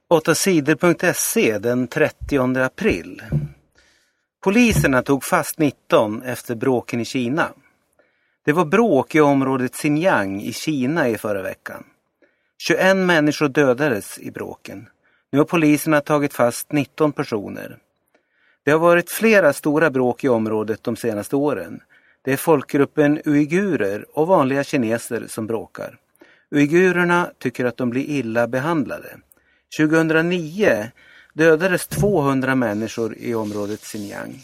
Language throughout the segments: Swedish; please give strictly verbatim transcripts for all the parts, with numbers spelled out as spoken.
åtta sidor punkt se den trettionde april. Poliserna tog fast nitton efter bråken i Kina. Det var bråk i området Xinjiang i Kina i förra veckan. tjugoen människor dödades i bråken. Nu har poliserna tagit fast nitton personer. Det har varit flera stora bråk i området de senaste åren. Det är folkgruppen uigurer och vanliga kineser som bråkar. Uigurerna tycker att de blir illa behandlade. tjugohundranio dödades tvåhundra människor i området Xinjiang.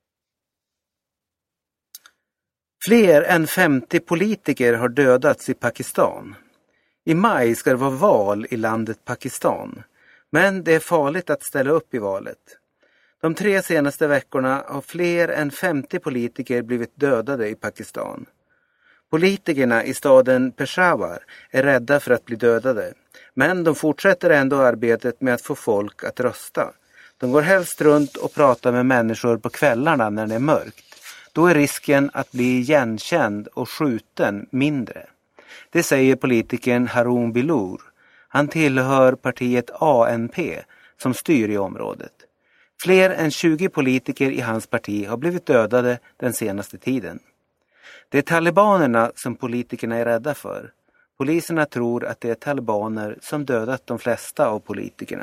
Fler än femtio politiker har dödats i Pakistan. I maj ska det vara val i landet Pakistan. Men det är farligt att ställa upp i valet. De tre senaste veckorna har fler än femtio politiker blivit dödade i Pakistan. Politikerna i staden Peshawar är rädda för att bli dödade. Men de fortsätter ändå arbetet med att få folk att rösta. De går helst runt och pratar med människor på kvällarna när det är mörkt. Då är risken att bli igenkänd och skjuten mindre. Det säger politikern Harun Bilur. Han tillhör partiet A N P som styr i området. Fler än tjugo politiker i hans parti har blivit dödade den senaste tiden. Det är talibanerna som politikerna är rädda för. Poliserna tror att det är talibaner som dödat de flesta av politikerna.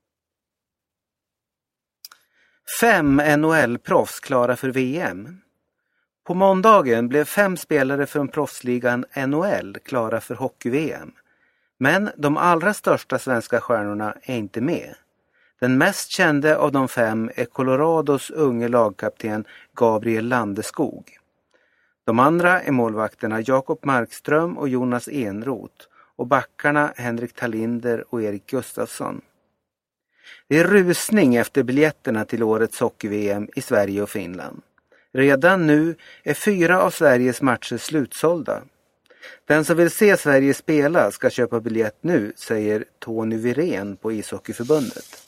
Fem N H L-proffs klara för V M. På måndagen blev fem spelare från proffsligan N H L klara för hockey-V M. Men de allra största svenska stjärnorna är inte med. Den mest kände av de fem är Colorados unge lagkapten Gabriel Landeskog. De andra är målvakterna Jakob Markström och Jonas Enroth och backarna Henrik Tallinder och Erik Gustafsson. Det är rusning efter biljetterna till årets hockey-V M i Sverige och Finland. Redan nu är fyra av Sveriges matcher slutsålda. Den som vill se Sverige spela ska köpa biljett nu, säger Tony Virén på ishockeyförbundet.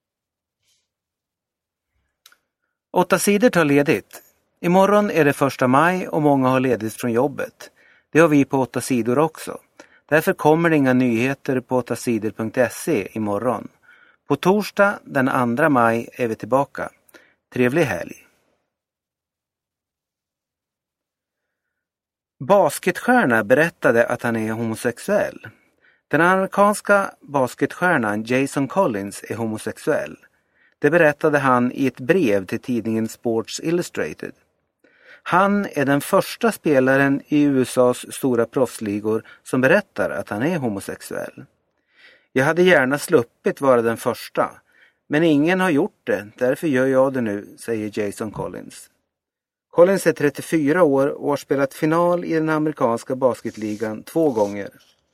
Åtta sidor tar ledigt. Imorgon är det första maj och många har ledigt från jobbet. Det har vi på åtta sidor också. Därför kommer det inga nyheter på åtta sidor punkt se imorgon. På torsdag den andra maj är vi tillbaka. Trevlig helg! Basketstjärna berättade att han är homosexuell. Den amerikanska basketstjärnan Jason Collins är homosexuell. Det berättade han i ett brev till tidningen Sports Illustrated. Han är den första spelaren i U S A:s stora proffsligor som berättar att han är homosexuell. Jag hade gärna sluppit vara den första, men ingen har gjort det, därför gör jag det nu, säger Jason Collins. Collins är trettiofyra år och har spelat final i den amerikanska basketligan två gånger.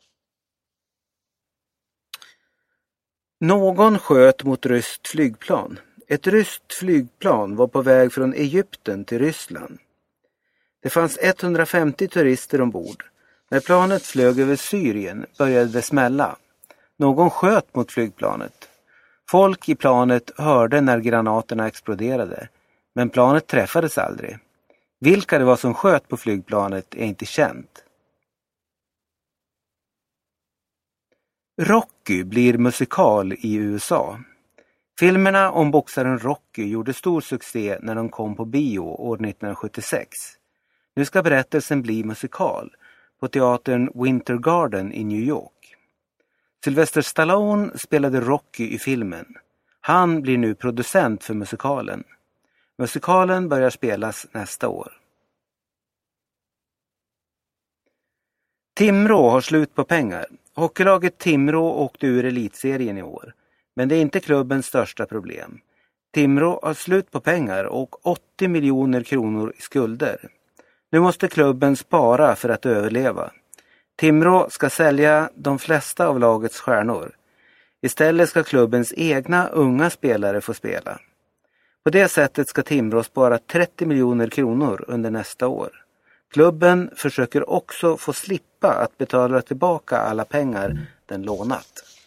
Någon sköt mot ryskt flygplan. Ett ryskt flygplan var på väg från Egypten till Ryssland. Det fanns etthundrafemtio turister ombord. När planet flög över Syrien började det smälla. Någon sköt mot flygplanet. Folk i planet hörde när granaterna exploderade, men planet träffades aldrig. Vilka det var som sköt på flygplanet är inte känt. Rocky blir musikal i U S A. Filmerna om boxaren Rocky gjorde stor succé när de kom på bio år nittonhundrasjuttiosex. Nu ska berättelsen bli musikal på teatern Winter Garden i New York. Sylvester Stallone spelade Rocky i filmen. Han blir nu producent för musikalen. Musikalen börjar spelas nästa år. Timrå har slut på pengar. Hockeylaget Timrå åkte ur elitserien i år. Men det är inte klubbens största problem. Timrå har slut på pengar och åttio miljoner kronor i skulder. Nu måste klubben spara för att överleva. Timrå ska sälja de flesta av lagets stjärnor. Istället ska klubbens egna unga spelare få spela. På det sättet ska Timrå spara trettio miljoner kronor under nästa år. Klubben försöker också få slippa att betala tillbaka alla pengar den lånat.